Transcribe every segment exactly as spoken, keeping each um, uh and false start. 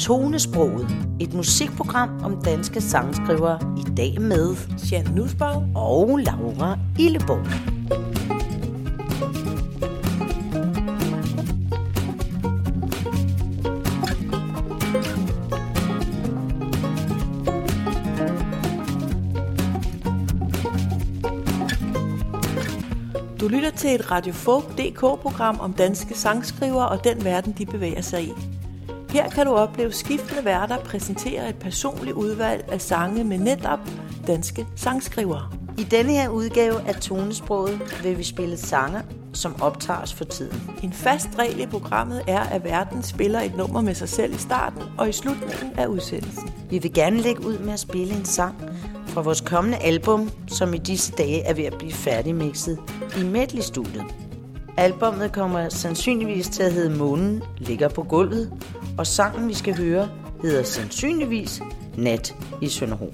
Tonesproget, et musikprogram om danske sangskrivere, i dag med Jeanne Nussbaum og Laura Illeborg. Du lytter til et Radio Folk punktum d k-program om danske sangskrivere og den verden, de bevæger sig i. Her kan du opleve skiftende værter præsentere et personligt udvalg af sange med netop danske sangskrivere. I denne her udgave af Tonesproget vil vi spille sange, som optages for tiden. En fast regel i programmet er, at værten spiller et nummer med sig selv i starten og i slutningen af udsendelsen. Vi vil gerne lægge ud med at spille en sang fra vores kommende album, som i disse dage er ved at blive færdigmixet i Medley-studiet. Albummet kommer sandsynligvis til at hedde Månen ligger på gulvet, og sangen vi skal høre hedder sandsynligvis Nat i Sønderho.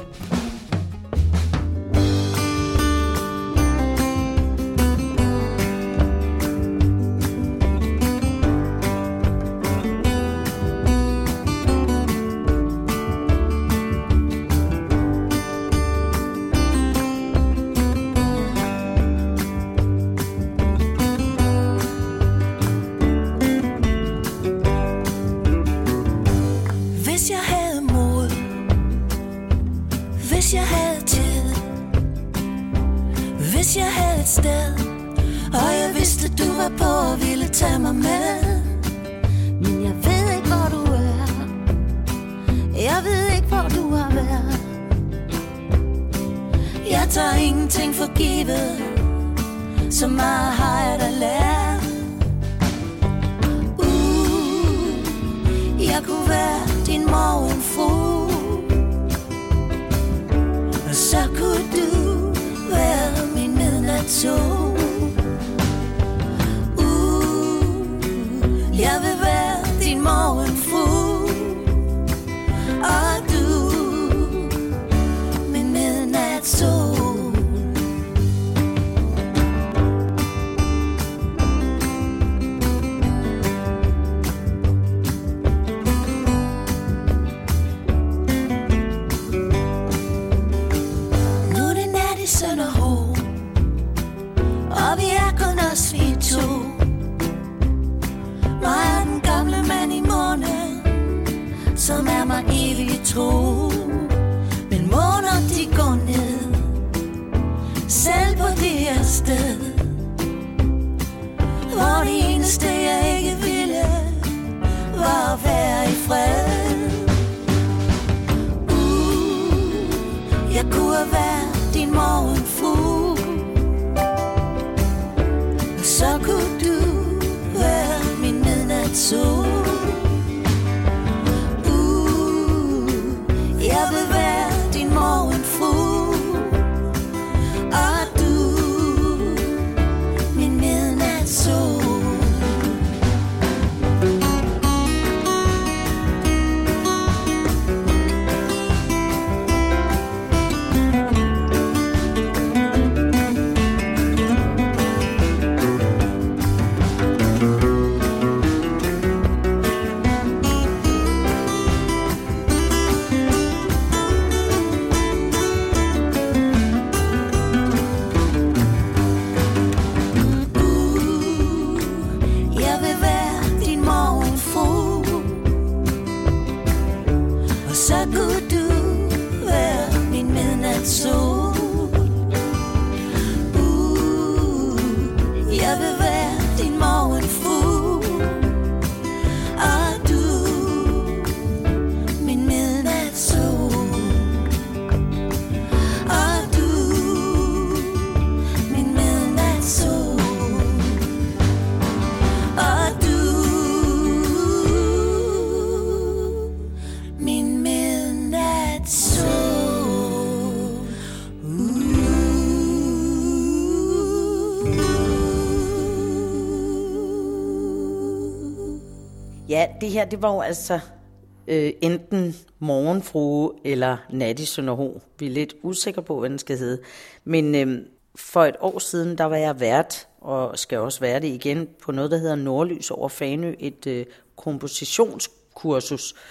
Ja, det her, det var jo altså øh, enten Morgenfrue eller Nat i Sønderho. Vi er lidt usikre på, hvad den skal hedde. Men øh, for et år siden, der var jeg vært, og skal også være det igen, på noget, der hedder Nordlys over Fanø, et øh, kompositionskursus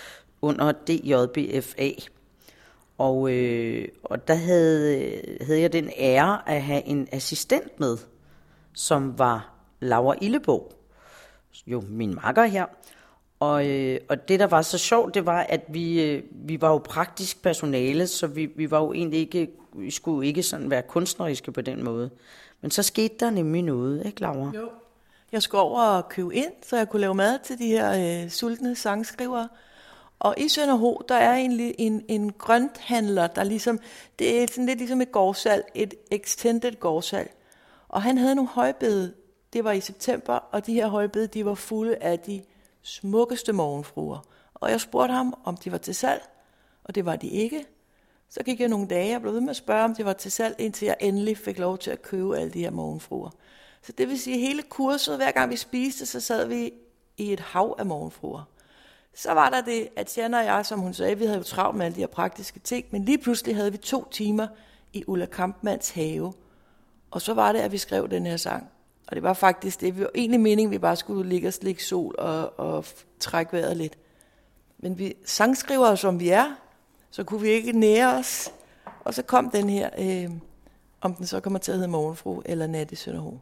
under D J B F A. Og, øh, og der havde, havde jeg den ære at have en assistent med, som var Laura Illebo, jo min makker her. Og, øh, og det, der var så sjovt, det var, at vi, øh, vi var jo praktisk personale, så vi, vi var jo egentlig ikke, vi skulle ikke sådan være kunstneriske på den måde. Men så skete der nemlig noget, ikke Laura? Jo. Jeg skulle over og købe ind, så jeg kunne lave mad til de her øh, sultne sangskrivere. Og i Sønderho, der er egentlig en, en grønthandler, der ligesom, det er sådan lidt ligesom et gårdsalg, et extended gårdsalg. Og han havde nogle højbede, det var i september, og de her højbede, de var fulde af de smukkeste morgenfruer. Og jeg spurgte ham, om de var til salg, og det var de ikke. Så gik jeg nogle dage og blev ved med at spørge, om de var til salg, indtil jeg endelig fik lov til at købe alle de her morgenfruer. Så det vil sige, hele kurset, hver gang vi spiste, så sad vi i et hav af morgenfruer. Så var der det, at Janne og jeg, som hun sagde, vi havde jo travlt med alle de her praktiske ting, men lige pludselig havde vi to timer i Ulla Kampmanns have. Og så var det, at vi skrev den her sang. Og det var faktisk det, vi var egentlig meningen, vi bare skulle ligge og slikke sol og, og trække vejret lidt. Men vi sangskrivere, som vi er, så kunne vi ikke nære os. Og så kom den her, øh, om den så kommer til at hedde Morgenfru eller Nat i Sønderho.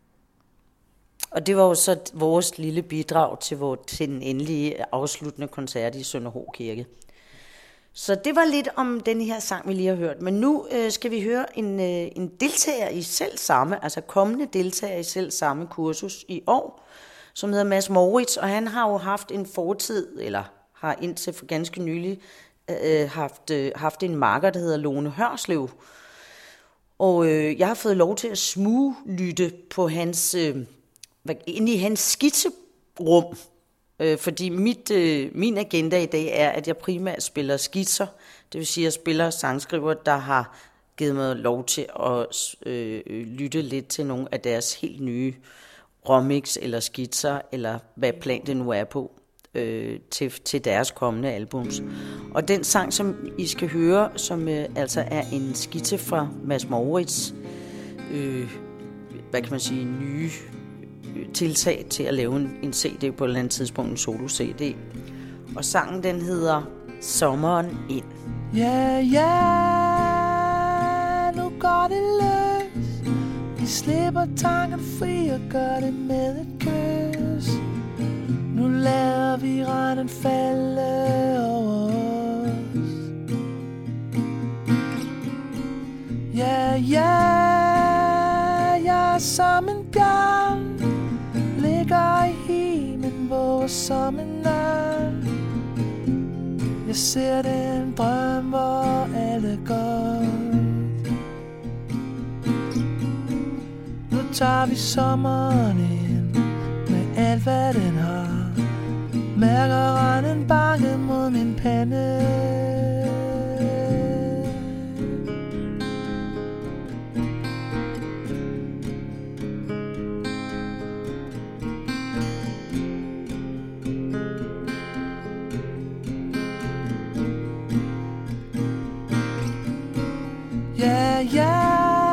Og det var jo så vores lille bidrag til, vores, til den endelige afsluttende koncert i Sønderho Kirke. Så det var lidt om den her sang, vi lige har hørt. Men nu øh, skal vi høre en, øh, en deltager i selv samme, altså kommende deltager i selv samme kursus i år, som hedder Mads Moritz, og han har jo haft en fortid, eller har indtil for ganske nylig øh, haft, øh, haft en makker, der hedder Lone Hørslev. Og øh, jeg har fået lov til at smuglytte på hans, øh, ind i hans skitserum, øh, fordi mit, øh, min agenda i dag er, at jeg primært spiller skitser, det vil sige, at jeg spiller sangskriver, der har givet mig lov til at øh, lytte lidt til nogle af deres helt nye remix eller skitser, eller hvad plan det nu er på, øh, til, til deres kommende albums. Og den sang, som I skal høre, som øh, altså er en skitse fra Mads Moritz, øh, hvad kan man sige, nye tiltag til at lave en, en C D på et eller andet tidspunkt, en solo-C D. Og sangen, den hedder Sommeren ind. Ja, ja, nu går det løs. Vi slipper tanken fri og gør det med et kys. Nu lader vi regnen falde over os. Ja, ja, jeg er som en bjørn, ligger i himen, våger som en ørn. Jeg ser den drøm, hvor alle går. Nu tager vi sommeren ind med alt hvad den har. Mærker regnen banke mod min pande. Ja, ja,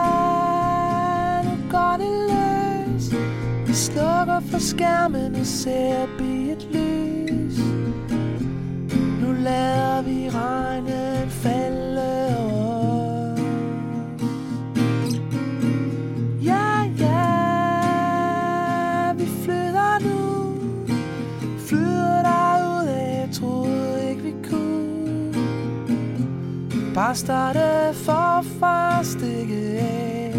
nu går det løs. Vi slukker for skærmen og ser bi et lys. Nu lader vi regnen falde over. Ja, ja, vi flyder nu. Flyder derudad, jeg troede ikke vi kunne. Bare starte forfra og stikke af.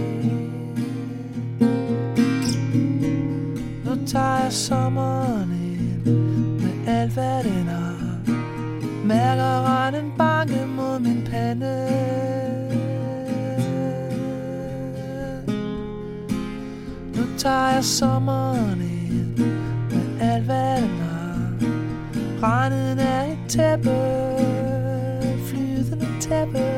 Nu tager jeg sommeren ind med alt hvad den har. Mærker regnen banke mod min pande. Nu tager jeg sommeren ind med alt hvad den har. Regnen er et tæppe, flydende tæppe.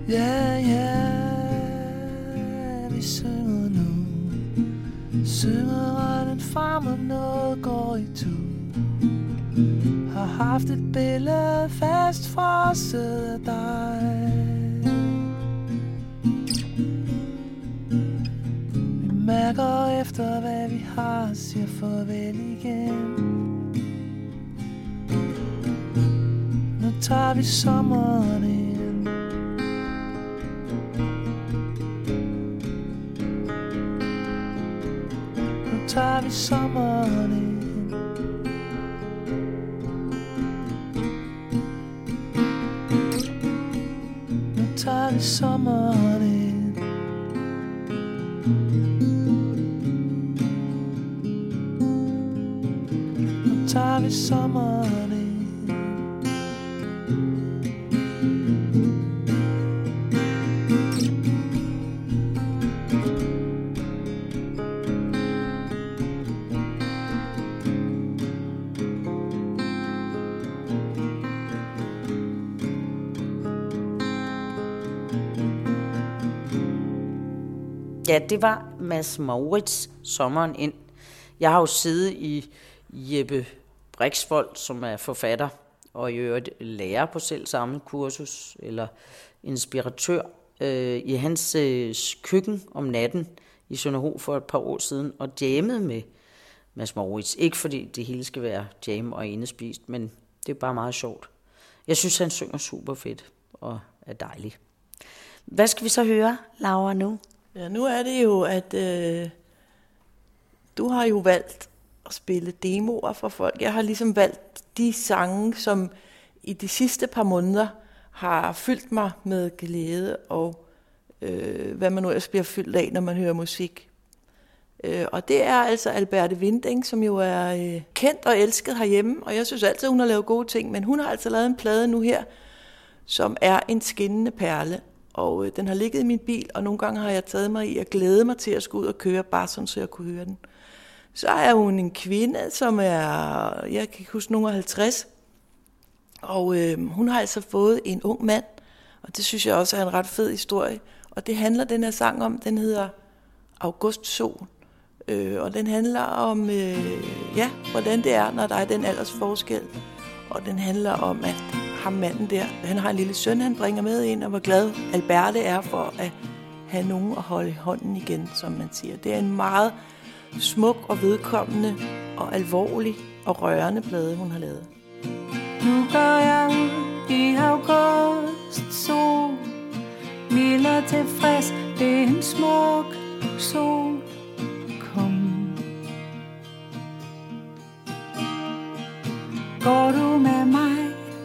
Ja, ja, vi synger nu. Synger rønnen frem, og noget går i tu. Har haft et billede fast frosset af dig. Vi mærker efter, hvad vi har, siger farvel igen. Nu tager vi sommeren ind. Nu tager vi sommeren ind. Nu tager vi sommeren ind. Nu tager vi sommeren ind. Ja, det var Mads Mourits, Sommeren ind. Jeg har jo siddet i Jeppe Brixvold, som er forfatter, og i øvrigt lærer på selv samme kursus, eller inspiratør, øh, i hans øh, køkken om natten i Sønderho for et par år siden, og jammede med Mads Mourits. Ikke fordi det hele skal være jam og indespist, men det er bare meget sjovt. Jeg synes, han synger super fedt og er dejlig. Hvad skal vi så høre, Laura, nu? Ja, nu er det jo, at øh, du har jo valgt at spille demoer for folk. Jeg har ligesom valgt de sange, som i de sidste par måneder har fyldt mig med glæde og øh, hvad man nu ellers bliver fyldt af, når man hører musik. Øh, og det er altså Alberte Winding, som jo er øh, kendt og elsket herhjemme, og jeg synes altid, hun har lavet gode ting, men hun har altså lavet en plade nu her, som er en skinnende perle. Og øh, den har ligget i min bil, og nogle gange har jeg taget mig i at glæde mig til at skulle ud og køre, bare sådan, så jeg kunne høre den. Så er hun en kvinde, som er, jeg kan ikke huske, nogen af halvtreds. Og øh, hun har altså fået en ung mand, og det synes jeg også er en ret fed historie. Og det handler den her sang om, den hedder Augustsol. Øh, og den handler om, øh, ja, hvordan det er, når der er den aldersforskel. Og den handler om, at ham manden der, han har en lille søn, han bringer med ind, og hvor glad Alberte er for at have nogen at holde i hånden igen, som man siger. Det er en meget smuk og vedkommende og alvorlig og rørende plade, hun har lavet. Nu går jeg ud i august sol, mild og tilfreds, det er en smuk sol. Kom. Går du med mig?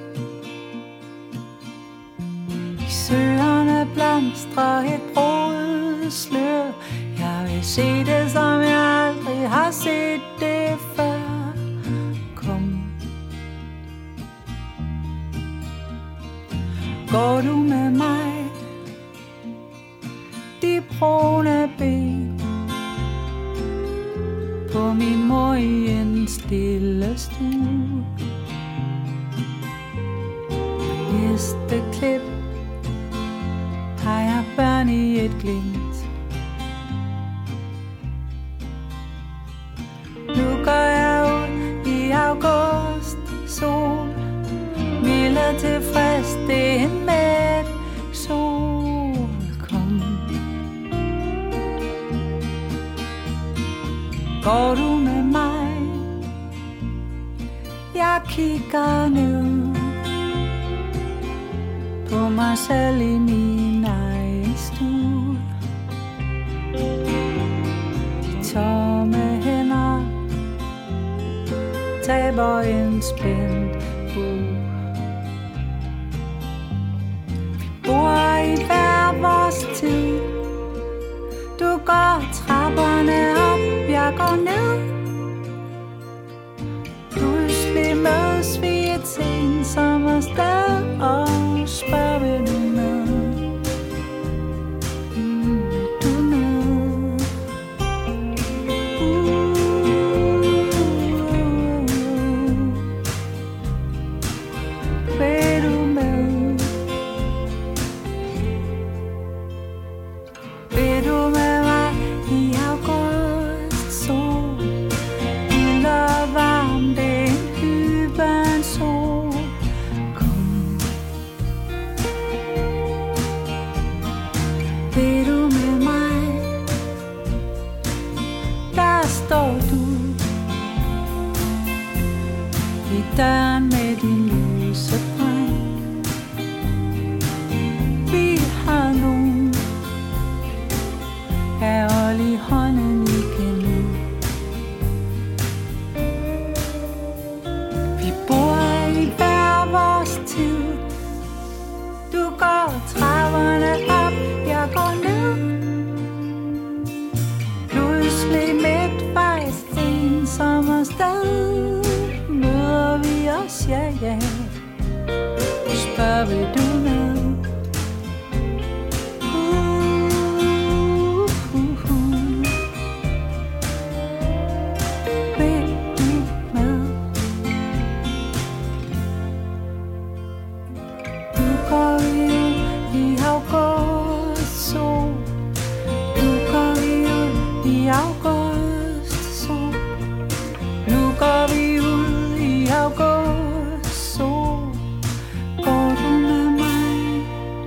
I søerne blomstrer et brudslør. Jeg vil se det, som jeg aldrig har set det før. Kom. Går du med mig? De brune ben på min mor i en stille stue. Næste klip har jeg børn i et glimt. Nu går jeg ud i august sol, mild og tilfreds, det er en mæt sol. Kom. Går du med mig? Jeg kigger ned på mig selv i min egen stue. De tomme hænder taber en spændt bog. Vi bor i hver vores tid. Du går trapperne op, jeg går ned. Pludselig mødes vi et sent sommersted og spørger, vil du med? Mm, vil du med? Uh, uh, uh, uh. Vil du med mig? Der står du i døren med din lyse dreng. Vi har nogen af hold i hånden igen nu. Vi bor i hver vores tid. Du går trapperne op, jeg går ned. Pludselig midtvejs en sommersted møder vi os, ja ja. Spørg, vil du med? Uh, uh, uh. Vil du med? Nu går vi ud i august sol. Nu går vi ud i august sol. Nu går vi ud i august sol. Går du med mig?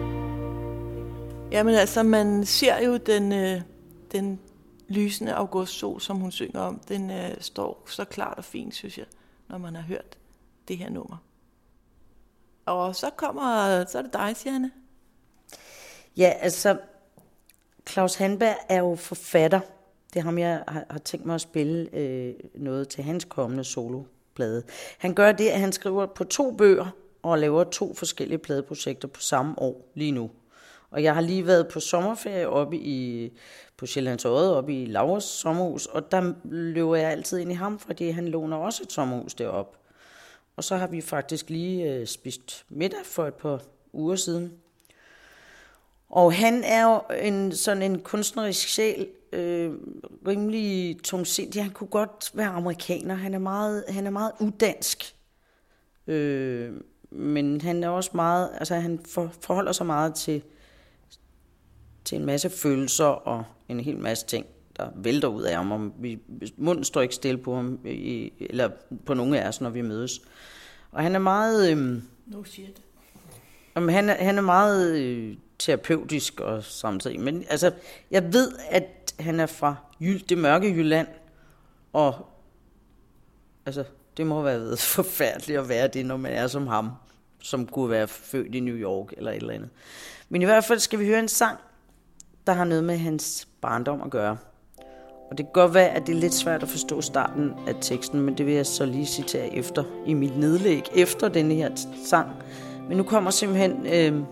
Jamen altså, man ser jo den, øh, den lysende augustsol, som hun synger om. Den øh, står så klart og fint, synes jeg, når man har hørt det her nummer. Og så kommer, så er det dig, Sianne. Ja, altså, Claus Handberg er jo forfatter. Det er ham, jeg har, har tænkt mig at spille øh, noget til hans kommende soloplade. Han gør det, at han skriver på to bøger og laver to forskellige pladeprojekter på samme år lige nu. Og jeg har lige været på sommerferie oppe i, på Sjællands Odde, oppe i Lauras sommerhus, og der løber jeg altid ind i ham, fordi han låner også et sommerhus deroppe. Og så har vi faktisk lige øh, spist middag for et par uger siden. Og han er jo en, sådan en kunstnerisk sjæl, øh, rimelig tungsindig. Han kunne godt være amerikaner. Han er meget, han er meget udansk. Øh, men han er også meget, altså han for, forholder sig meget til, til en masse følelser og en hel masse ting, der vælter ud af ham. Og vi, munden står ikke stille på ham, i, eller på nogle af os, når vi mødes. Og han er meget... Øh, No shit. Jamen, han, er, han er meget øh, terapeutisk og samtidig. Men altså, jeg ved, at han er fra Jyld, det mørke Jylland. Og altså, det må have været forfærdeligt at være det, når man er som ham, som kunne være født i New York eller et eller andet. Men i hvert fald skal vi høre en sang, der har noget med hans barndom at gøre. Og det kan godt være, at det er lidt svært at forstå starten af teksten, men det vil jeg så lige citere efter i mit nedlæg, efter denne her sang. Men nu kommer simpelthen, øh,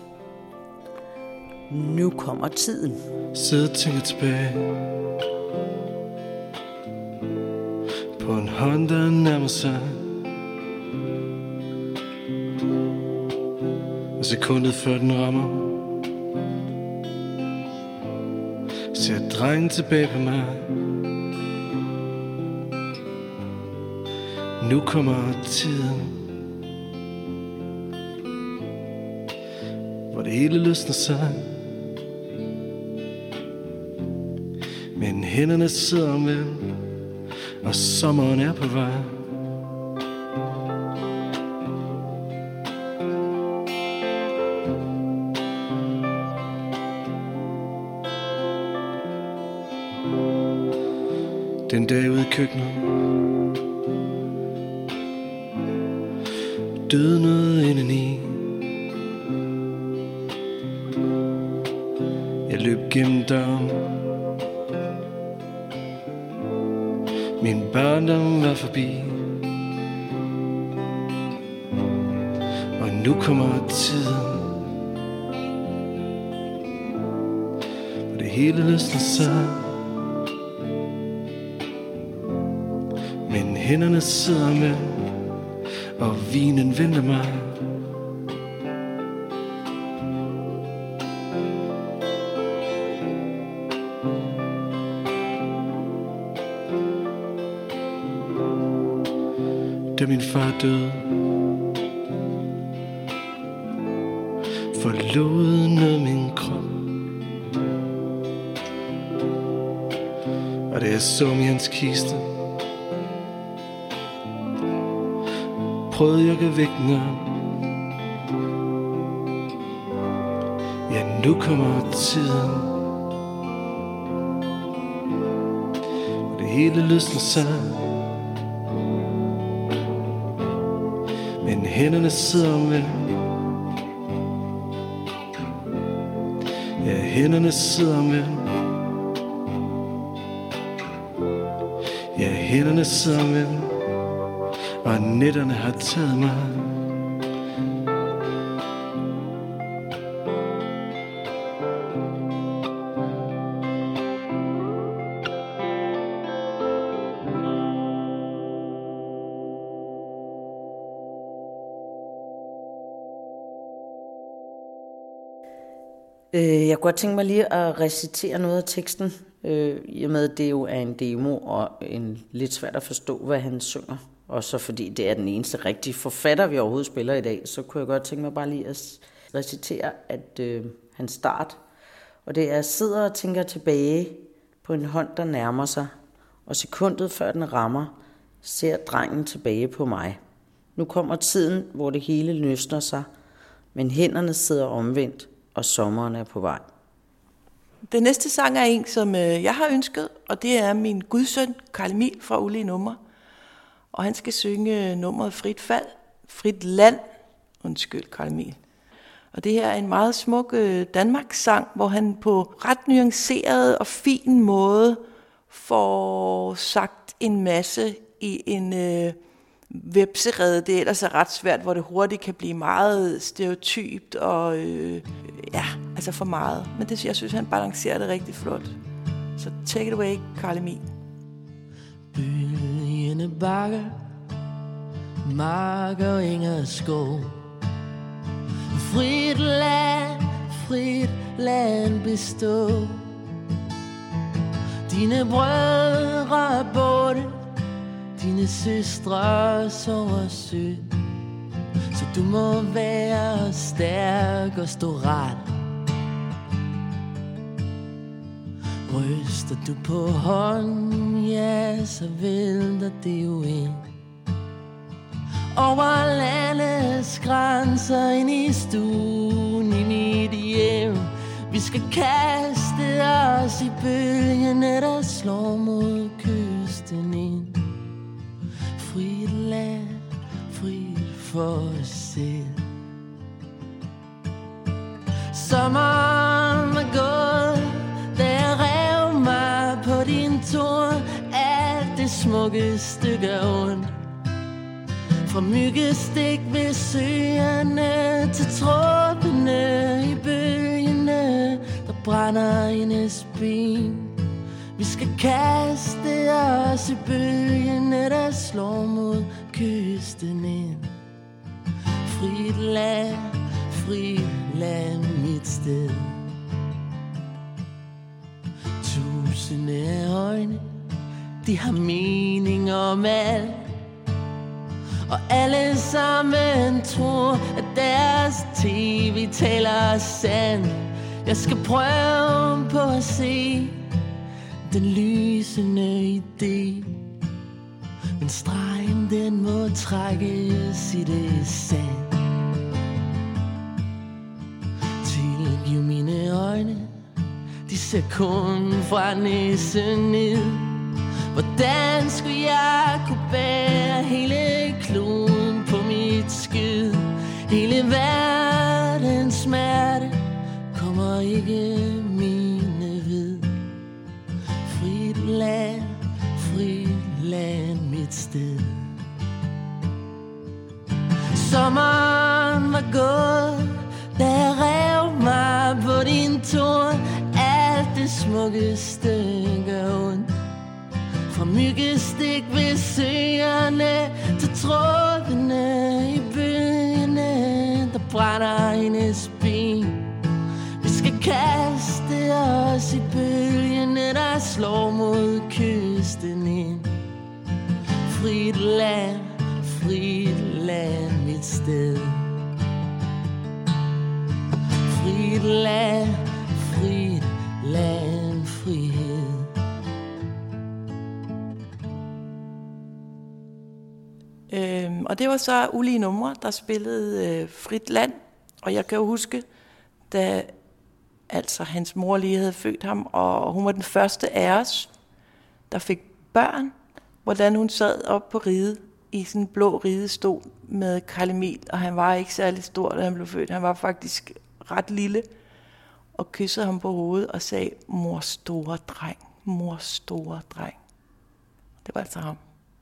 nu kommer tiden. Sidder og tænker tilbage på en hånd, der nærmer sig, og sekundet før den rammer, ser drengen tilbage på mig. Nu kommer tiden, hvor det hele løsner sig, men hænderne sidder omvendt, og sommeren er på vej. Den dag ude i køkkenet døde noget indeni. Jeg løb gennem døren. Min barndom var forbi, og nu kommer tiden, og det hele løsner sig, men hænderne sidder med, og vinen venter mig. Da min far døde, forlod noget min krop, og da jeg så i hans kiste, prøvede jeg at vække den op. Ja, nu kommer tiden, hvor det hele løsner sig, men hænderne sidder omvendt. Ja, hænderne sidder omvendt. Ja, hænderne sidder omvendt, og nætterne har taget mig. Jeg kunne godt tænke mig lige at recitere noget af teksten, øh, i og med at det jo er en demo og en lidt svært at forstå, hvad han synger. Og så fordi det er den eneste rigtige forfatter, vi overhovedet spiller i dag, så kunne jeg godt tænke mig bare lige at recitere, at øh, hans start. Og det er, jeg sidder og tænker tilbage på en hånd, der nærmer sig, og sekundet før den rammer, ser drengen tilbage på mig. Nu kommer tiden, hvor det hele løsner sig, men hænderne sidder omvendt, og sommeren er på vej. Den næste sang er en, som øh, jeg har ønsket, og det er min gudsøn, Carl Emil fra Ulige Numre. Og han skal synge nummeret Frit Fald, Frit Land, undskyld Carl Emil. Og det her er en meget smuk øh, Danmarks-sang, hvor han på ret nuanceret og fin måde får sagt en masse i en øh, vepserede. Det er ellers er ret svært, hvor det hurtigt kan blive meget stereotypt og øh, ja, altså for meget. Men det, jeg synes, han balancerer det rigtig flot. Så take it away, Carl Emil. Bølgende bakker, marker og enger skov. Frit land, frit land bestå. Dine brødre er borte, dine søstre sover sød. Så du må være stærk og stå ret. Ryster du på hånden, ja, så vælter det jo ind. Over landets grænser, ind i stuen, i mit hjem. Vi skal kaste os i bølgene, der slår mod kysten ind. Frit land, frit for os selv. Sommeren var gået, da jeg rev mig på din torn. Alt det smukkeste gør ondt. Fra myggestik ved søerne til trådene i bølgene, der brænder hendes ben. Vi skal kaste os i bølgene, der slår mod kysten ind. Frit land, frit land, mit sted. Tusinde af øjne, de har mening om alt. Og alle sammen tror, at deres tv taler sandt. Jeg skal prøve på at se den lysende idé. Men stregen, den må trækkes i det sand. Tilgiv mine øjne, de ser kun fra næsen ned. Hvordan skulle jeg kunne bære hele kloden på mit skid? Hele verdens smerte kommer ikke mine ved. Frit land, frit land, mit sted. Sommeren var gået, da jeg rev mig på din torn. Alt det smukkeste gør ondt. Fra myggestik ved søerne til trådene i bølgene, der brænder hendes ben. Vi skal kaste os i bølgene, der slår mod kysten ind. Frit land, frit land, mit sted. Frit land, frit land, frihed. Øhm, og det var så Ulige Numre, der spillede øh, Frit Land. Og jeg kan jo huske, da altså hans mor lige havde født ham, og hun var den første af os, der fik børn, hvordan hun sad op på ride, i sådan en blå ridestol med Carl Emil, og han var ikke særlig stor, da han blev født. Han var faktisk ret lille, og kyssede ham på hovedet og sagde, mor store dreng, mor store dreng. Det var altså ham.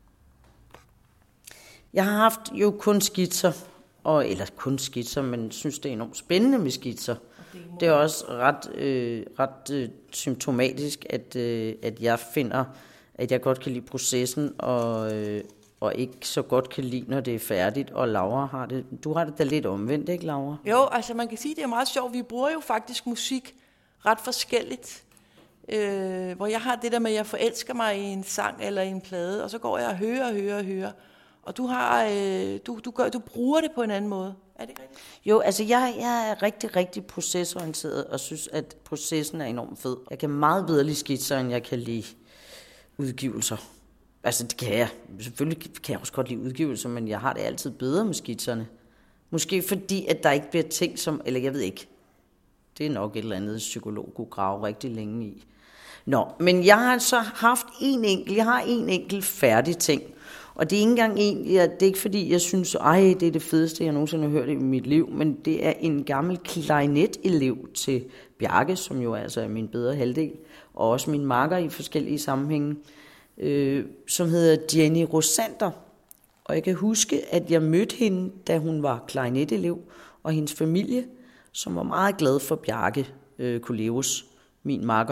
Jeg har haft jo kun skitser, og, eller kun skitser, men synes, det er enormt spændende med skitser. Det er også ret, øh, ret øh, symptomatisk, at, øh, at jeg finder, at jeg godt kan lide processen, og, øh, og ikke så godt kan lide, når det er færdigt. Og Laura har det, du har det da lidt omvendt, ikke Laura? Jo, altså man kan sige, det er meget sjovt. Vi bruger jo faktisk musik ret forskelligt. Øh, hvor jeg har det der med, at jeg forelsker mig i en sang eller i en plade, og så går jeg og hører og hører og hører. Og du har, øh, du, du, gør, du bruger det på en anden måde. Er det rigtigt? Jo, altså jeg, jeg er rigtig, rigtig procesorienteret, og synes, at processen er enormt fed. Jeg kan meget bedre lide skitser, end jeg kan lide udgivelser. Altså det kan jeg. Selvfølgelig kan jeg også godt lide udgivelser, men jeg har det altid bedre med skitserne. Måske fordi, at der ikke bliver ting som, eller jeg ved ikke, det er nok et eller andet psykolog kunne grave rigtig længe i. Nå, men jeg har så haft en enkelt, jeg har en enkelt færdig ting. Og det er ikke engang en, jeg, det er ikke fordi, jeg synes, ej, det er det fedeste, jeg nogensinde har hørt i mit liv, men det er en gammel klarinet-elev til Bjarke, som jo altså er min bedre halvdel, og også min makker i forskellige sammenhænge, øh, som hedder Jenny Rosander. Og jeg kan huske, at jeg mødte hende, da hun var klarinet-elev, og hendes familie, som var meget glad for Bjarke øh, Kuleus, min makker,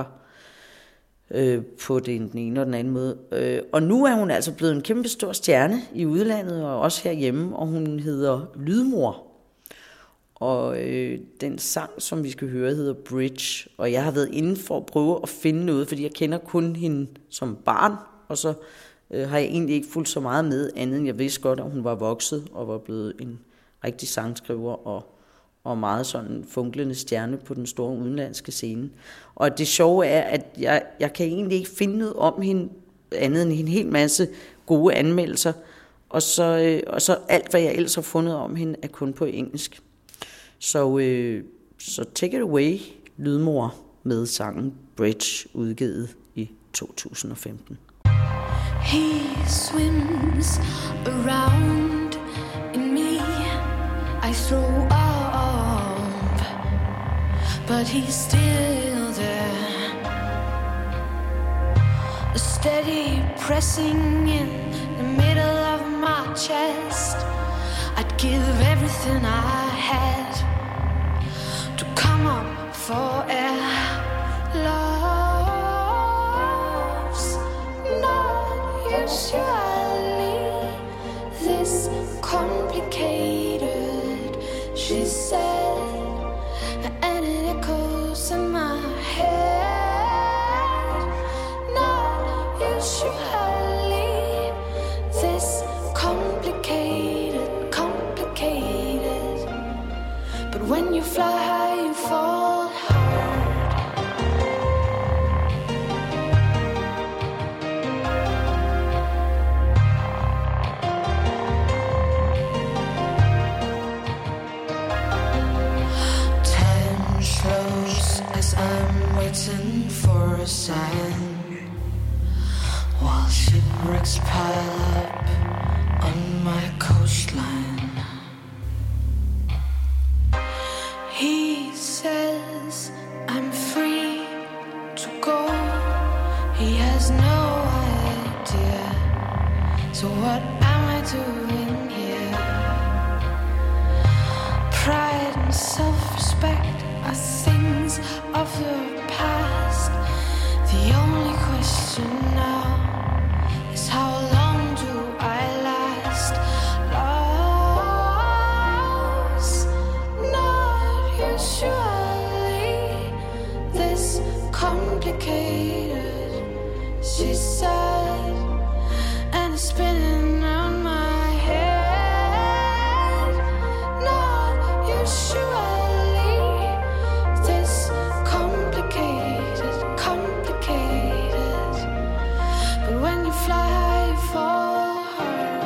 øh, på den, den ene og den anden måde. Øh, og nu er hun altså blevet en kæmpe stor stjerne i udlandet, og også herhjemme, og hun hedder Lydmor. Og øh, den sang, som vi skal høre, hedder Bridge, og jeg har været inde for at prøve at finde noget, fordi jeg kender kun hende som barn, og så øh, har jeg egentlig ikke fulgt så meget med, andet end jeg vidste godt, at hun var vokset og var blevet en rigtig sangskriver og og meget sådan funklende stjerne på den store udenlandske scene. Og det sjove er, at jeg, jeg kan egentlig ikke finde noget om hende, andet end en hel masse gode anmeldelser, og så, øh, og så alt, hvad jeg ellers har fundet om hende, er kun på engelsk. Så, øh, så take it away, Lydmor, med sangen Bridge, udgivet i to tusind og femten. He swims around in me, I throw up, but he's still there, steady pressing in the middle of my chest. I'd give everything I had to come up for air. Love's not usually this complicated, she said, and it echoes in my head. Not usually this complicated, complicated, but when you fly high, you fall hard. Time slows as I'm waiting for a sign, while shipwrecks pile up on my coastline. He says I'm free to go. He has no idea. So what am I doing here? Pride and self-respect are things of the past. The only question now is how long do I last? Love's not usually this complicated, she said, and it's spinning around my head. Not usually this complicated, complicated, but when you fly high, you fall hard.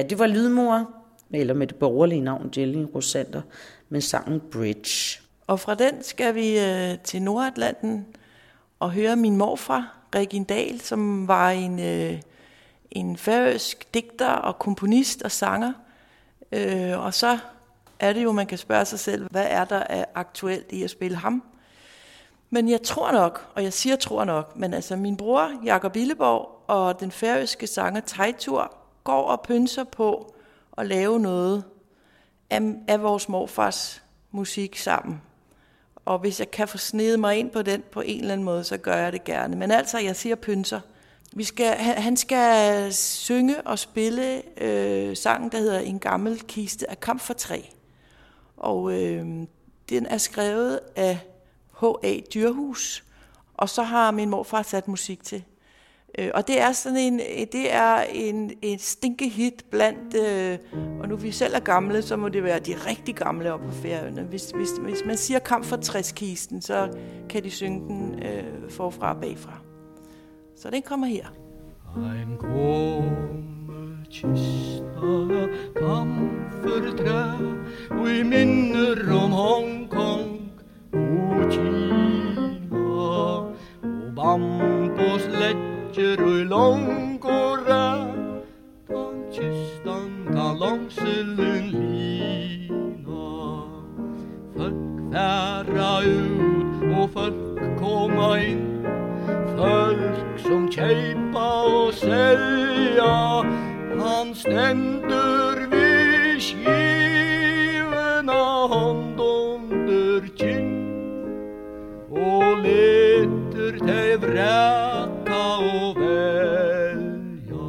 Ja, det var Lydmor, eller med det borgerlige navn Jelly Rosander, med sangen Bridge. Og fra den skal vi øh, til Nordatlanten og høre min morfar, Regin Dahl, som var en, øh, en færøsk digter og komponist og sanger. Øh, og så er det jo, man kan spørge sig selv, hvad er der af aktuelt i at spille ham? Men jeg tror nok, og jeg siger tror nok, men altså min bror Jakob Illeborg og den færøske sanger Teitur går og pynser på at lave noget af, af vores morfars musik sammen. Og hvis jeg kan få snedet mig ind på den på en eller anden måde, så gør jeg det gerne. Men altså, jeg siger pynser. Vi skal, han skal synge og spille øh, sangen, der hedder En gammel kiste af kamfertræ. Og øh, den er skrevet af H A Dyrhus, og så har min morfar sat musik til. Øh, og det er sådan en, det er en, en stinkehit blandt, øh, og nu vi selv er gamle, så må det være de rigtig gamle oppe på Færøerne. Hvis, hvis, hvis man siger kamfertræskisten, så kan de synge den øh, forfra og bagfra. Så den kommer her. Ein gammel kista kamfertræ, og I minner om Hongkong og Kina, og bambusletjer og lang og ræ, den kistan kan langselen lina. Folk færa ut og folk koma inn, folk som kjeipa og selja, han stendur vid skivena hånd under kinn, og leter til vreka og velja.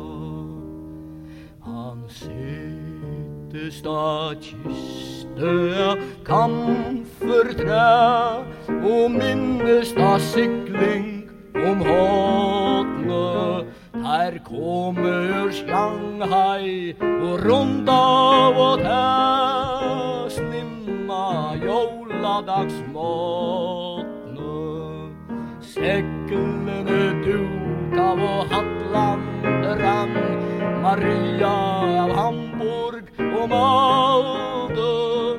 Han settest av kiste av kamfertræ, og minnest av sikling om hotne. Her kommer Shanghai og Rundav og her snimma jóladagsmotne. Seglene dukav og Hatlanderan, Maria av Hamburg og Malde.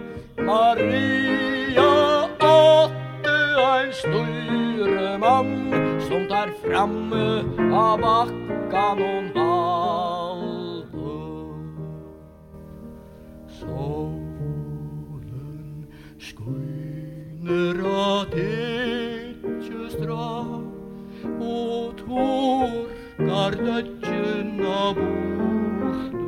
Maria åtte ein store mann som tar framme av bakkan og valde. Solen skøyner av tetjestra, og torkar dødgjena borte.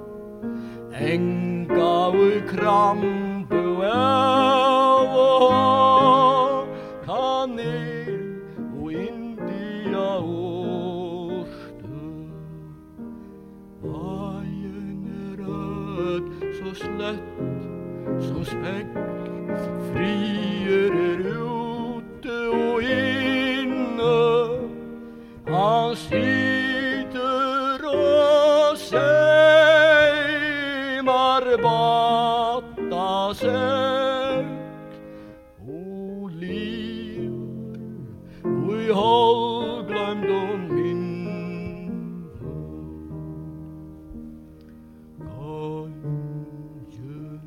Enga og krampe av og kanel og India orte. Veien er rød så slett som spekk, frier er ute og inne. Han sitter og seimar batta seg, og liv og i halvglemt og minne. Kanskje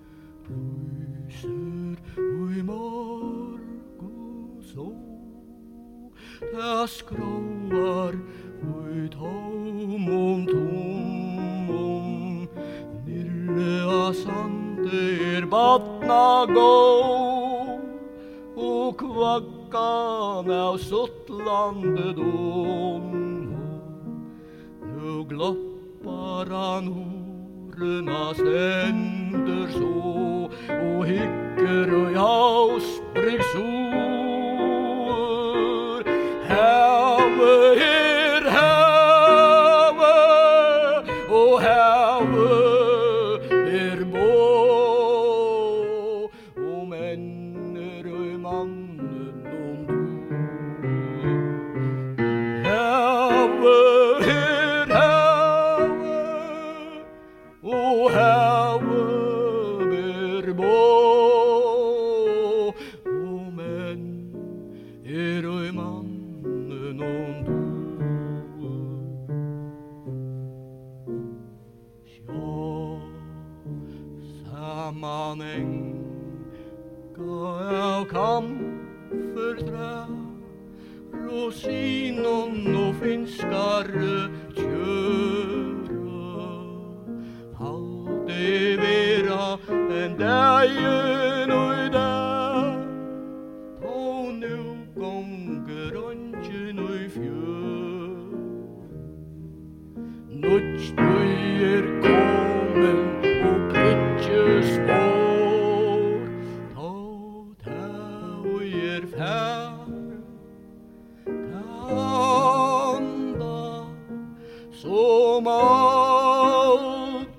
lyser og i mark og så, det skråar og i tom om tom om, nirre av sande er batna gå, og kvakkan av Sottlande dom. Nu gloppar han horena stender så, og hikker og i havsbrygg sor. Heve er heve, og heve er bå, og menner og mannen om du. Heve er heve, og heve er bå, og menner maneng Ga kam verdra Rosinon og finskare kjöra Halde vera en dagen og i dag På nu gonger ongen og i fjör Nuts du er kommen og britje spår Ta ta er fær Tanda som alt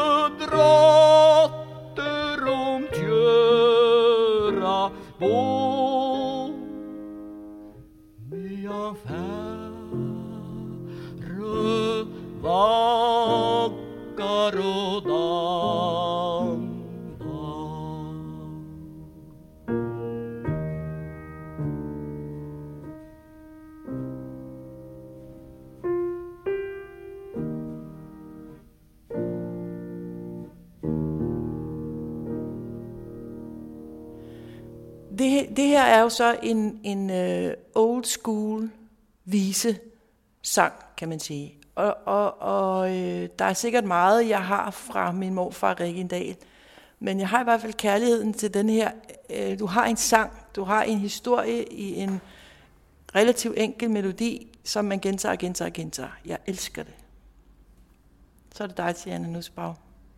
drotter om tjöra bo Mia færre vakkar og danda Det, det her er jo så en, en uh, old school vise sang, kan man sige. Og, og, og øh, der er sikkert meget, jeg har fra min morfar Rikkendal. Men jeg har i hvert fald kærligheden til den her. Øh, du har en sang, du har en historie i en relativt enkel melodi, som man gentager og gentager og gentager. Jeg elsker det. Så er det dig, Tiana Nussbaum.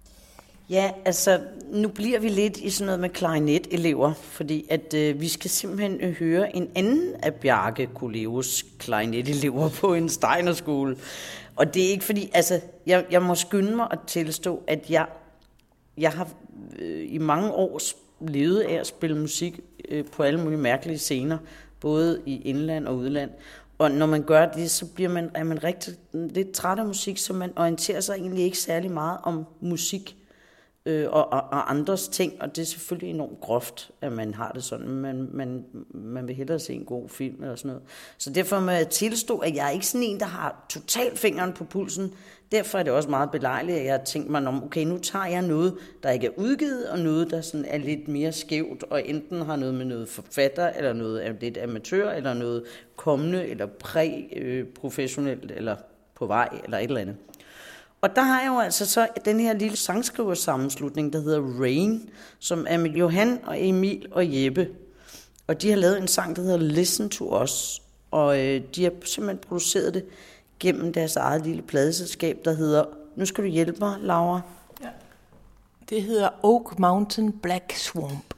Ja, altså, nu bliver vi lidt i sådan noget med klarinet-elever, fordi at øh, vi skal simpelthen øh, høre en anden af Bjarke Kuleos klarinet-elever på en Steiner-skole. Og det er ikke fordi, altså, jeg, jeg må skynde mig at tilstå, at jeg, jeg har øh, i mange år levet af at spille musik øh, på alle mulige mærkelige scener, både i indland og udland. Og når man gør det, så bliver man, er man rigtig lidt træt af musik, så man orienterer sig egentlig ikke særlig meget om musik. Øh, og, og, og andres ting, og det er selvfølgelig enormt groft, at man har det sådan, men man, man vil hellere se en god film eller sådan noget. Så derfor må jeg tilstå, at jeg er ikke sådan en, der har totalt fingeren på pulsen. Derfor er det også meget belejligt, at jeg har tænkt mig om, okay, nu tager jeg noget, der ikke er udgivet, og noget, der sådan er lidt mere skævt, og enten har noget med noget forfatter, eller noget lidt amatør, eller noget kommende, eller præ-professionelt, eller på vej, eller et eller andet. Og der har jeg jo altså så den her lille sangskriversammenslutning, der hedder Rain, som er med Johan og Emil og Jeppe. Og de har lavet en sang, der hedder Listen to Us. Og øh, de har simpelthen produceret det gennem deres eget lille pladeselskab, der hedder... Nu skal du hjælpe mig, Laura. Ja. Det hedder Oak Mountain Black Swamp.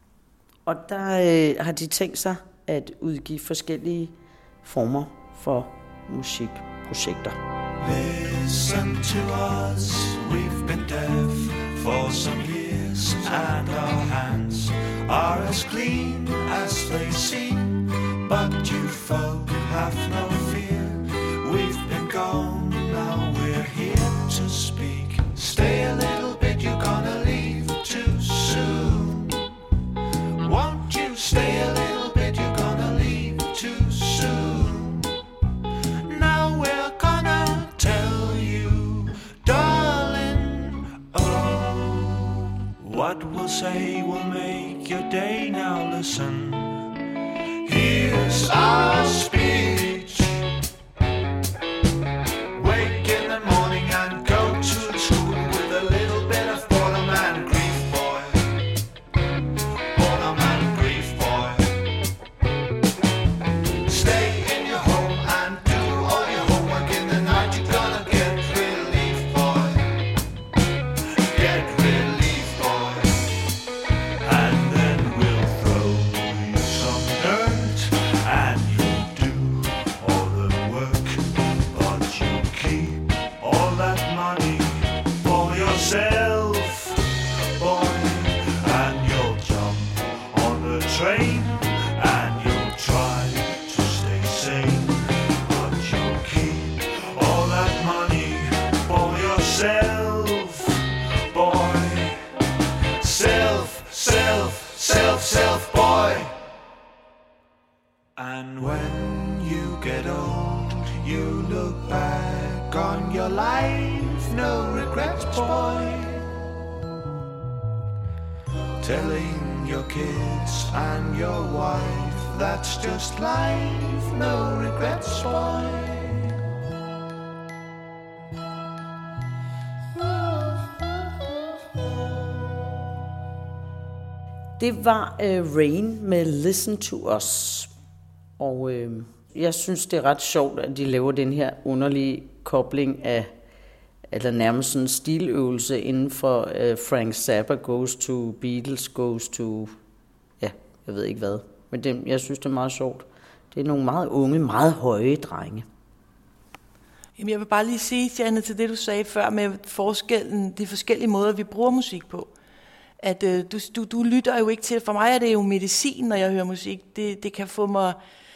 Og der øh, har de tænkt sig at udgive forskellige former for musikprojekter. Listen to us, we've been deaf for some years, and our hands are as clean as they seem. But you folk have no fear, we've been gone, now we're here to speak. Stay a little bit, you're gonna leave too soon. Won't you stay a little bit, you're gonna leave too soon. Now we're gonna tell you, darling, oh, what we'll say will make your day. Now listen, here's our speech. Wake in the morning and go to school with a little bit of boredom and grief, boy. Boredom and grief, boy. Stay in your home and do all your homework. In the night you're gonna get relief, boy. Get relief, boy. And then we'll throw you some dirt and you'll do telling your kids and your wife that's just life, no regrets, boy. Det var uh, Rain med Listen to Us. Og uh, jeg synes, det er ret sjovt, at de laver den her underlige kobling af, eller nærmest sådan en stiløvelse inden for uh, Frank Zappa goes to Beatles, goes to, ja, jeg ved ikke hvad. Men det, jeg synes, det er meget sjovt. Det er nogle meget unge, meget høje drenge. Jamen, jeg vil bare lige sige, Janne, til det du sagde før med forskellen, de forskellige måder, vi bruger musik på. At øh, du, du, du lytter jo ikke til, for mig er det jo medicin, når jeg hører musik. Det, det kan få mig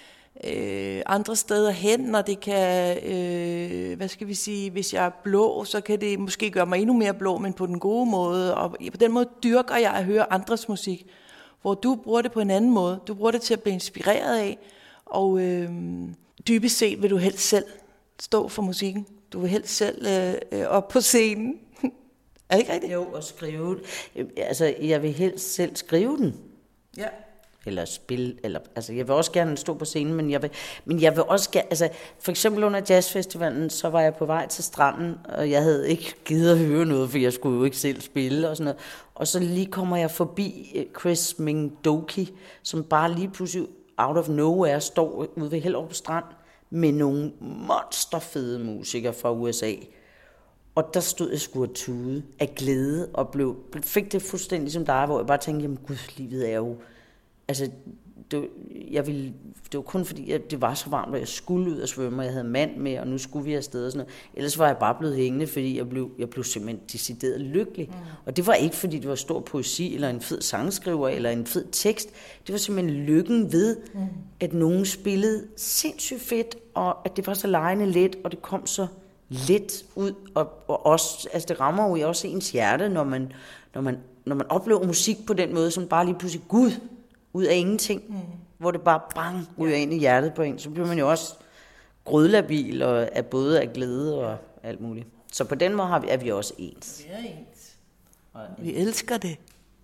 øh, andre steder hen, og det kan, øh, hvad skal vi sige, hvis jeg er blå, så kan det måske gøre mig endnu mere blå, men på den gode måde. Og på den måde dyrker jeg at høre andres musik, hvor du bruger det på en anden måde. Du bruger det til at blive inspireret af, og øh, dybest set vil du helst selv stå for musikken. Du vil helst selv øh, øh, op på scenen. Er det ikke rigtigt? Jo, og skrive. Altså, jeg vil helst selv skrive den. Ja. Eller spille, eller, altså, jeg vil også gerne stå på scenen, men jeg vil, men jeg vil også gerne, altså, for eksempel under jazzfestivalen, så var jeg på vej til stranden, og jeg havde ikke givet at høre noget, for jeg skulle jo ikke selv spille og sådan noget. Og så lige kommer jeg forbi Chris Mingdoki, som bare lige pludselig out of nowhere står ude ved Hellerup Strand med nogle monsterfede musikere fra U S A. Og der stod jeg sgu og tude af glæde, og blev, fik det fuldstændig som dig, hvor jeg bare tænkte, jamen gud, livet er jo, altså, det, jeg ville, det var kun fordi, at det var så varmt, og jeg skulle ud og svømme, og jeg havde mand med, og nu skulle vi afsted og sådan noget. Ellers var jeg bare blevet hængende, fordi jeg blev, jeg blev simpelthen decideret lykkelig. Mm. Og det var ikke, fordi det var stor poesi, eller en fed sangskriver, eller en fed tekst. Det var simpelthen lykken ved, mm. at nogen spillede sindssygt fedt, og at det var så lejende let, og det kom så lidt ud, og, og også, altså det rammer jo også ens hjerte, når man, når man, når man oplever musik på den måde, som bare lige pludselig, gud, ud af ingenting, mm. hvor det bare bang, ryger ind i hjertet på en, så bliver man jo også grødlabil, og er både af glæde og alt muligt. Så på den måde har vi, er vi også ens. Vi er ens. Vi elsker det.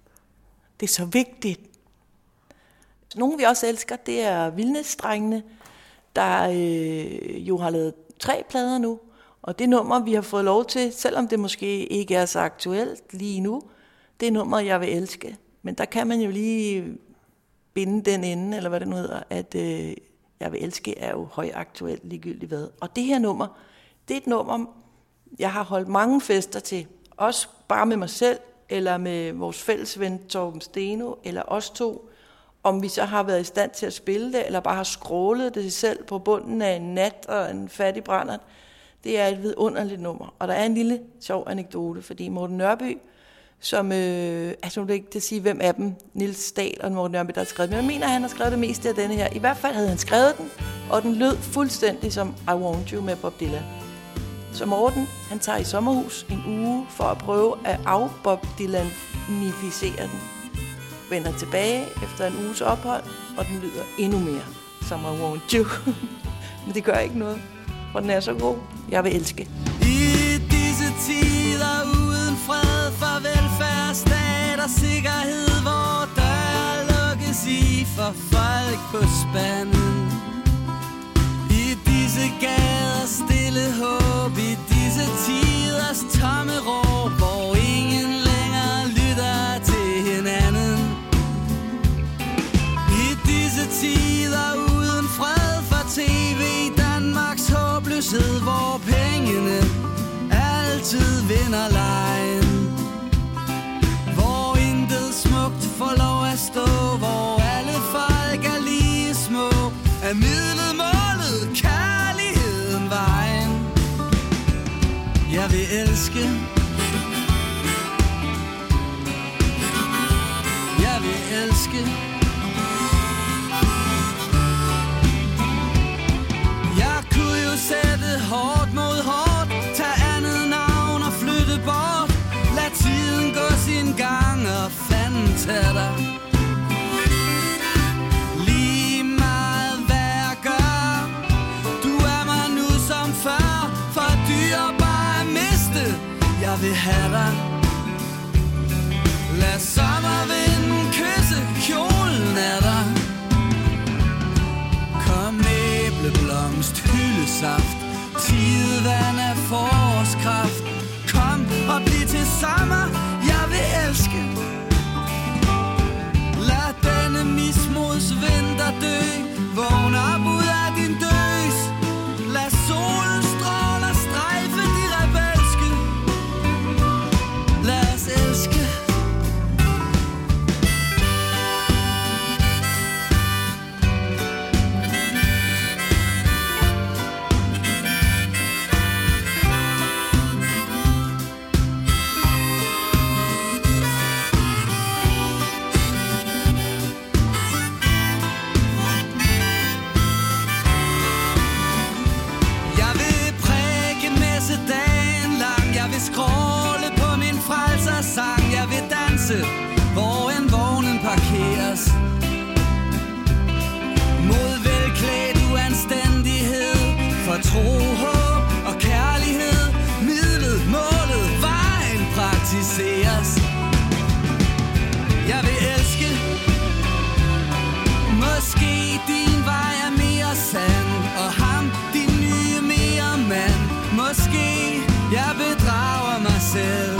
Det er så vigtigt. Nogle vi også elsker, det er Vildnisdrengene, der øh, jo har lavet tre plader nu. Og det nummer, vi har fået lov til, selvom det måske ikke er så aktuelt lige nu, det er nummer, jeg vil elske. Men der kan man jo lige binde den ende, eller hvad det nu hedder, at øh, jeg vil elske er jo højaktuelt ligegyldigt hvad. Og det her nummer, det er et nummer, jeg har holdt mange fester til. Også bare med mig selv, eller med vores fælles ven Torben Steno, eller os to. Om vi så har været i stand til at spille det, eller bare har scrollet det selv på bunden af en nat og en fattig brændert. Det er et vidunderligt nummer. Og der er en lille sjov anekdote, fordi Morten Nørby, som, øh, altså nu vil jeg ikke sige, hvem af dem, Niels Dahl og Morten Nørby, der har skrevet, men jeg mener, at han har skrevet det meste af denne her. I hvert fald havde han skrevet den, og den lød fuldstændig som I Want You med Bob Dylan. Så Morten, han tager i sommerhus en uge for at prøve at af-Bob Dylan-nificere den. Vender tilbage efter en uges ophold, og den lyder endnu mere som I Want You. Men det gør ikke noget, for den er så god. Jeg vil elske. I disse tider uden fred for velfærdsstat og sikkerhed, hvor døre lukkes i for folk på spanden. I disse gader stille håb, i disse tiders tomme råb, hvor ingen længere lytter til hinanden. I disse tider uden fred for tv, Danmarks håbløshed, hvor pengene altid vinder lejen. Hvor intet smukt får lov at stå, hvor alle folk er lige små, er midlet målet, kærligheden vejen. Jeg vil elske, jeg vil elske. Sætte hårdt mod hårdt, tag andet navn og flytte bort. Lad tiden gå sin gang og fanden tage dig. Lige meget hvad jeg gør, du er mig nu som før, for dyr bare at miste. Jeg vil have dig. Lad sommervinden vand af forårskraft. Kom og bliv til sommer, jeg vil elske. Lad denne mismods vinter dø. Vågn op ud af din døs. Lad solen stråler strejfe de rebelske. Lad os elske. Skråle på min frelsersang. Jeg vil danse, hvor en vognen parkeres. Mod velklædt uanstændighed. For tro, håb og kærlighed. Midlet, målet, vejen praktiseres. Jeg vil elske. Måske din vej er mere sand, og ham, din nye mere mand. Måske jeg bedrager mig selv.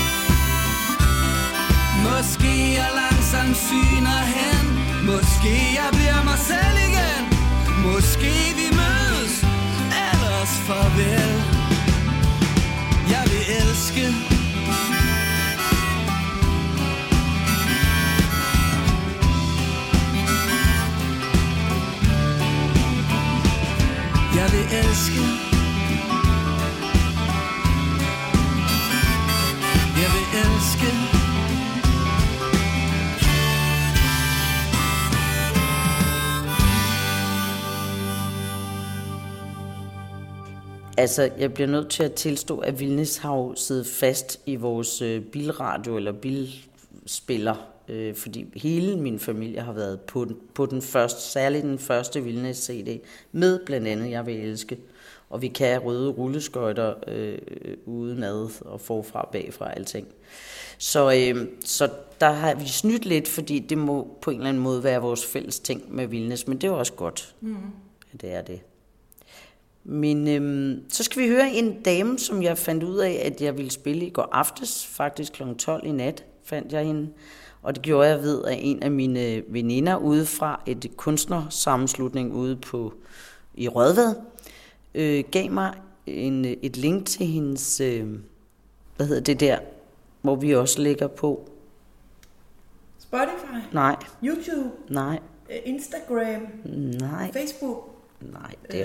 Måske jeg langsomt syner hen. Måske jeg bliver mig selv igen. Måske vi mødes, ellers farvel. Jeg vil elske. Jeg vil elske. Jeg vil elske. Altså, jeg bliver nødt til at tilstå, at Vildnis har jo siddet fast i vores øh, bilradio eller bilspiller, øh, fordi hele min familie har været på den, på den første, særligt den første Vildnis C D, med blandt andet Jeg vil elske. Og vi kan røde rulleskøjter øh, udenad og forfra og bagfra og alting. Så, øh, så der har vi snydt lidt, fordi det må på en eller anden måde være vores fælles ting med Vildnis, men det er jo også godt, mm. at det er det. Men øh, så skal vi høre en dame, som jeg fandt ud af, at jeg ville spille i går aftes, faktisk klokken tolv i nat, fandt jeg hende. Og det gjorde jeg ved, at en af mine veninder ude fra et kunstnersammenslutning ude på i Rødvad, Øh, gav mig en, et link til hendes, øh, hvad hedder det der, hvor vi også ligger på. Spotify? Nej. YouTube? Nej. Instagram? Nej. Facebook? Nej, det er...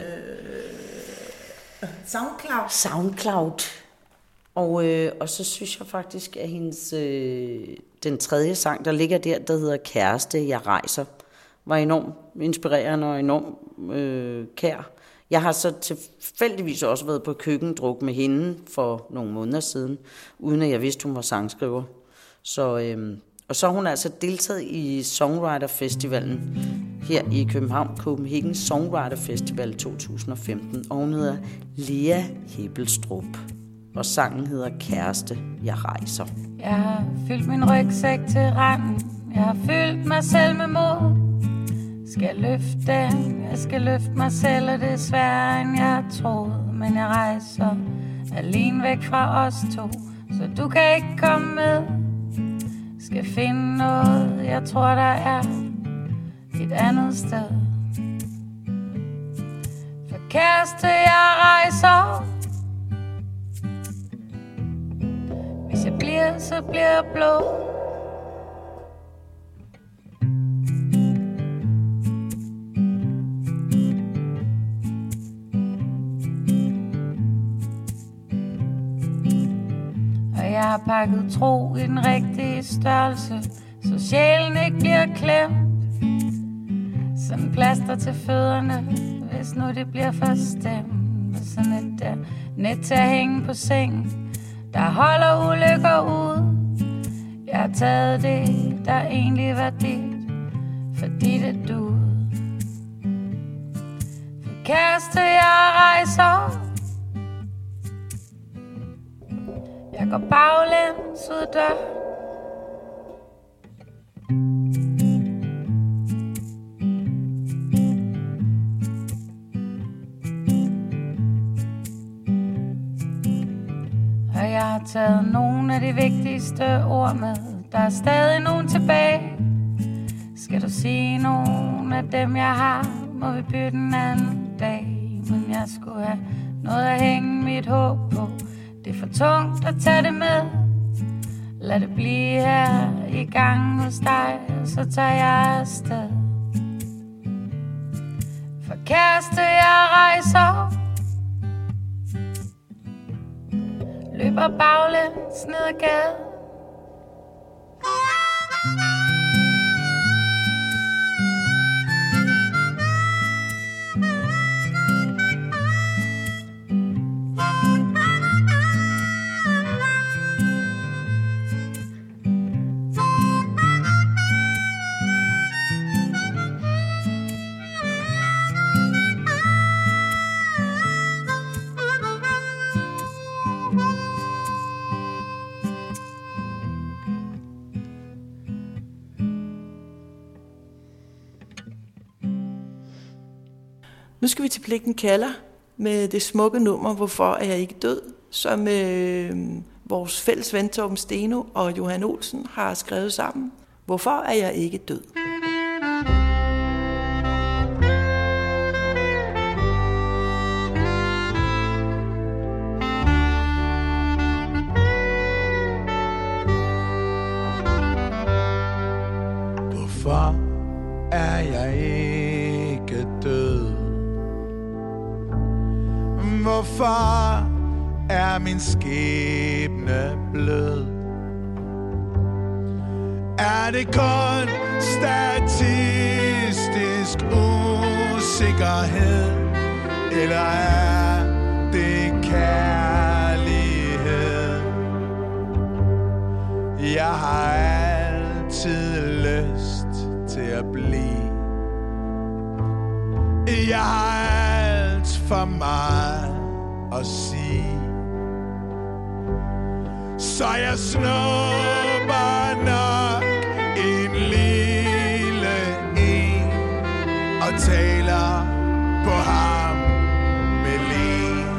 Øh, SoundCloud? SoundCloud. Og, øh, og så synes jeg faktisk, at hendes, øh, den tredje sang, der ligger der, der hedder Kæreste, jeg rejser, var enormt inspirerende og enormt øh, kær. Jeg har så tilfældigvis også været på køkkendruk med hende for nogle måneder siden, uden at jeg vidste, hun var sangskriver. Så, øhm, og så har hun altså deltaget i Songwriter Festivalen her i København, Copenhagen Songwriter Festival to tusind og femten, og hun hedder Lea Hebelstrup, og sangen hedder Kæreste, jeg rejser. Jeg har fyldt min rygsæk til randen, jeg har fyldt mig selv med mod. Skal løfte, jeg skal løfte mig selv, og det er sværere end jeg troede. Men jeg rejser alene væk fra os to, så du kan ikke komme med. Skal finde noget, jeg tror der er et andet sted. For kæreste, jeg rejser. Hvis jeg bliver, så bliver jeg blå. Jeg har pakket tro i den rigtige størrelse, så sjælen ikke bliver klemt. Sådan plaster til fødderne, hvis nu det bliver for stemt. Sådan et der net til at hænge på sengen, der holder ulykker ud. Jeg har taget det, der egentlig var dit, fordi det duede. For kæreste, jeg rejser. Jeg går baglæns ud dør. taget nogle af de vigtigste ord med. Der er stadig nogen tilbage. Skal du sige nogle af dem jeg har, må vi bytte en anden dag. Men jeg skulle have noget at hænge mit håb på. Det er for tungt at tage det med. Lad det blive her i gang hos dig, så tager jeg afsted. For kæreste jeg rejser, løber baglæns ned ad gaden. Nu skal vi til Pligten kalder med det smukke nummer, Hvorfor er jeg ikke død, som øh, vores fælles ven Torben Steno og Johan Olsen har skrevet sammen. Hvorfor er jeg ikke død? Hvorfor er jeg ikke død? Hvorfor er min skæbne blød? Er det kun statistisk usikkerhed? Eller er det kærlighed? Jeg har altid lyst til at blive. Jeg har alt for meget at sige, så jeg snupper nok en lille en og taler på ham med len.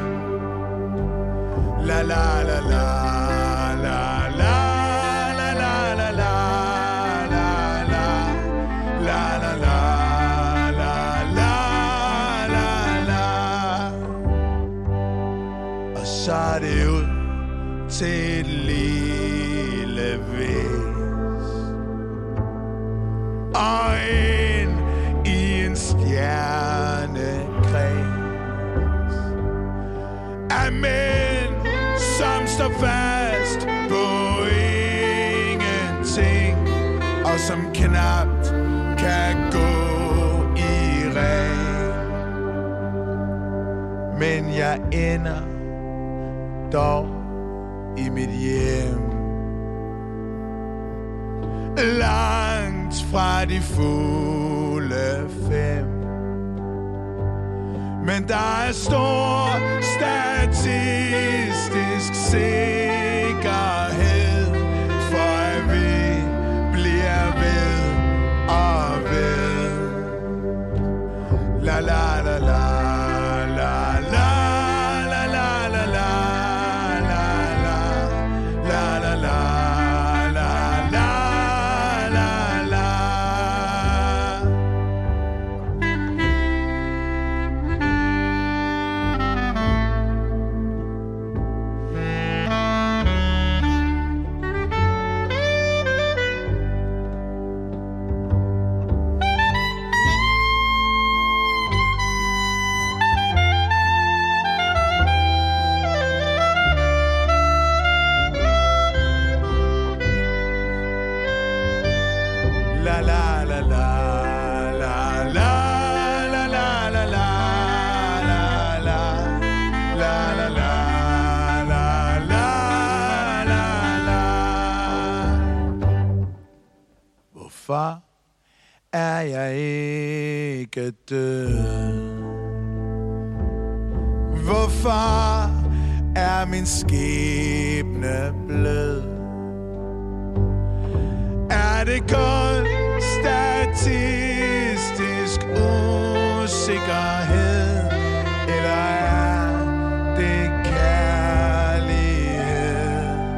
La la la la la la la la la la la la la la. Så er det ud til et lille vis og ind i en stjernekreds af mænd, som står fast på ingenting og som knapt kan gå i ring. Men jeg ender dog i mit hjem, langt fra de fulde fem. Men der er stor statistisk sikkerhed for at vi bliver ved og ved. La la la la la la. Hvorfor er jeg ikke død? Hvorfor er min skæbne blød? Er det kun statistisk usikkerhed? Eller er det kærlighed?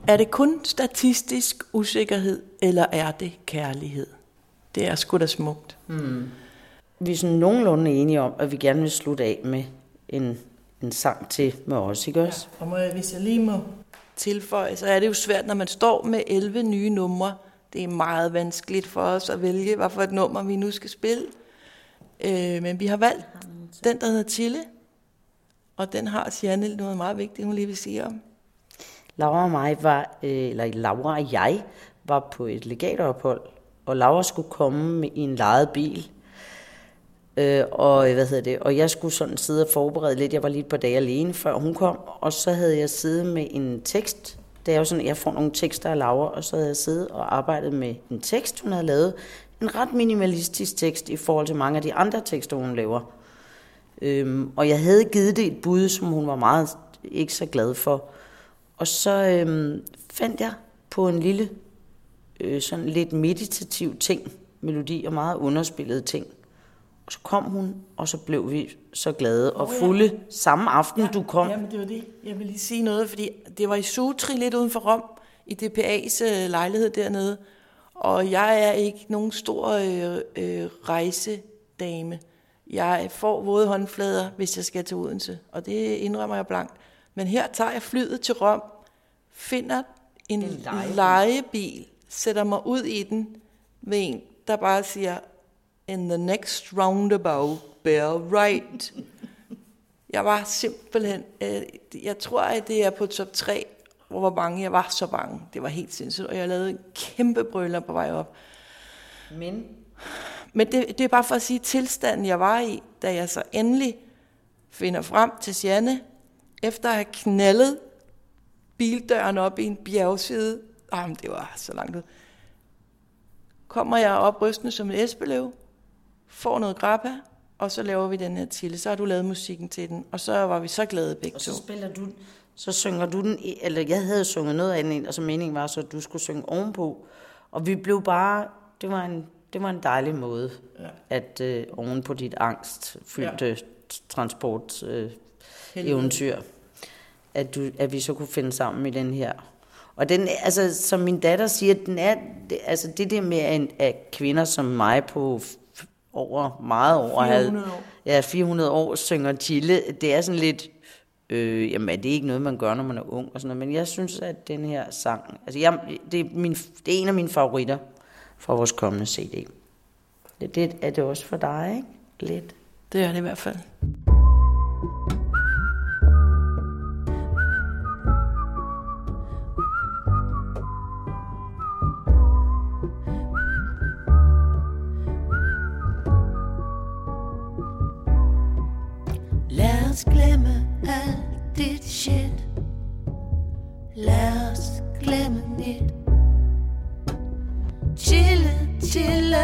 Er det kun statistisk usikkerhed, eller er det kærlighed? Det er sgu da smukt. Hmm. Vi er sådan nogenlunde enige om, at vi gerne vil slutte af med en, en sang til med os, ikke også? Ja, og må jeg, hvis jeg lige må tilføje, så er det jo svært, når man står med elleve nye numre. Det er meget vanskeligt for os at vælge, hvad for et nummer vi nu skal spille. Øh, men vi har valgt den, der hedder Chille, og den har Sianne noget meget vigtigt, hun lige vil sige om. Laura og mig var, eller Laura og jeg var på et legatophold, og Laura skulle komme med i en lejet bil. Øh, og hvad hedder det? Og jeg skulle sådan sidde og forberede lidt. Jeg var lige et par dage alene, før hun kom, og så havde jeg siddet med en tekst. Det er jo sådan, jeg får nogle tekster af Laura, og så havde jeg siddet og arbejdet med en tekst, hun havde lavet. En ret minimalistisk tekst i forhold til mange af de andre tekster, hun laver. Øhm, og jeg havde givet det et bud, som hun var meget ikke så glad for. Og så øhm, fandt jeg på en lille, øh, sådan lidt meditativ ting, melodi og meget underspillede ting. Og så kom hun, og så blev vi så glade og fulde oh, ja. samme aften, ja, du kom. Jamen det var det. Jeg vil lige sige noget, fordi det var i Sutri lidt uden for Rom, i D P A's øh, lejlighed dernede. Og jeg er ikke nogen stor øh, øh, rejsedame. Jeg får våde håndflader, hvis jeg skal til Odense, og det indrømmer jeg blankt. Men her tager jeg flyet til Rom, finder en, en lejebil. lejebil, sætter mig ud i den med en, der bare siger, in the next roundabout, bear right. Jeg var simpelthen, øh, jeg tror, at det er på top tre, hvor var bange. Jeg var så bange. Det var helt sindssygt, og jeg lavede en kæmpe brøler på vej op. Men? Men det, det er bare for at sige tilstanden, jeg var i, da jeg så endelig finder frem til Sianne, efter at have knaldet bildøren op i en bjergside. Jamen, det var så langt ud. Kommer jeg op rystende som en esbeløv, får noget grappa, og så laver vi den her Chille. Så har du lavet musikken til den, og så var vi så glade begge to. Og så spiller du, så synger du den, eller jeg havde sunget noget af den, og så meningen var så, at du skulle synge ovenpå. Og vi blev bare, det var en, det var en dejlig måde, ja. at øh, oven på dit angstfyldte ja. transport øh, eventyr, at, du, at vi så kunne finde sammen i den her. Og den, altså, som min datter siger, den er, det, altså det der med, at, at kvinder som mig på f- over, meget over, fire hundrede år. Ja, fire hundrede år synger Chille, det er sådan lidt, øh, jamen det er ikke noget, man gør, når man er ung og sådan noget, men jeg synes, at den her sang, altså jeg, det, er min, det er en af mine favoritter fra vores kommende C D. Det, det er det også for dig, ikke? Lidt. Det er det i hvert fald. Lad os glemme alt dit shit. Lad os glemme mit. Chille, chille.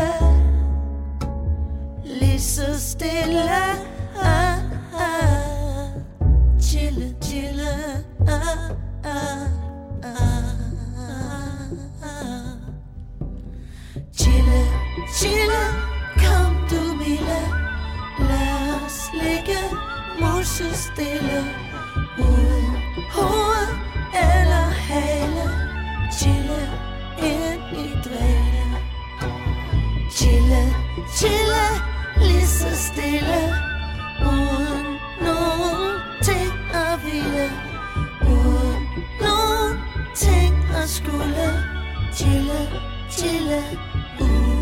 Lige så stille. Ah, ah. Chille, chille. Ah, ah, ah, ah. Chille, chille. Kom du, Mille. Lad os ligge musestille, uden hoved eller hale. Chille ind i dvæle. Chille, chille, lige så stille, uden nogen ting at ville, uden nogen ting at skulle. Chille, chille, uh.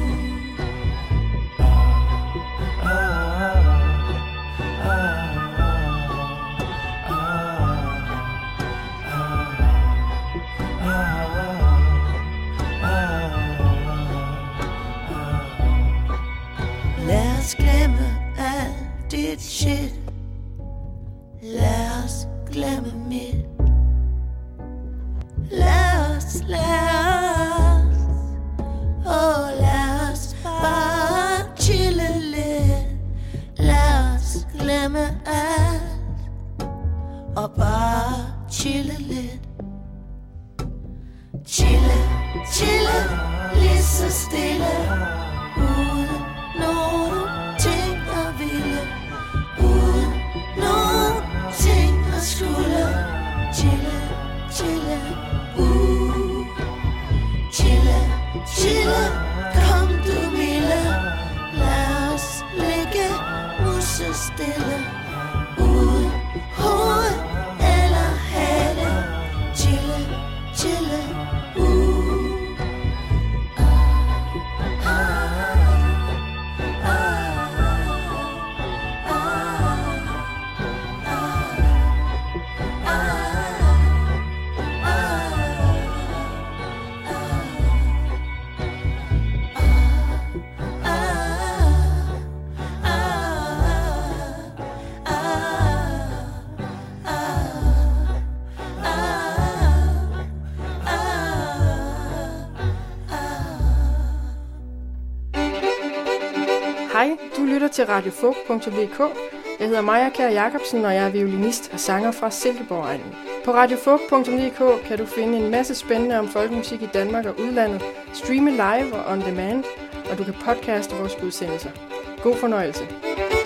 Lad os glemme alt dit shit. Lad os glemme mit. Lad os, lad os, oh lad os bare chille lidt. Lad os glemme alt og bare chille lidt. Chille, chille, lige så stille, uden nogen ting at ville, uden nogen ting at skulle. Chille, chille, chille, uden hoved eller hale. Chille, chille, uh. Ah, ah, Hej, du lytter til radiofolk punktum d k. Jeg hedder Maja Kjær Jacobsen, og jeg er violinist og sanger fra Silkeborg-egnen. På radiofolk punktum d k kan du finde en masse spændende om folkemusik i Danmark og udlandet, streame live og on demand, og du kan podcaste vores udsendelser. God fornøjelse.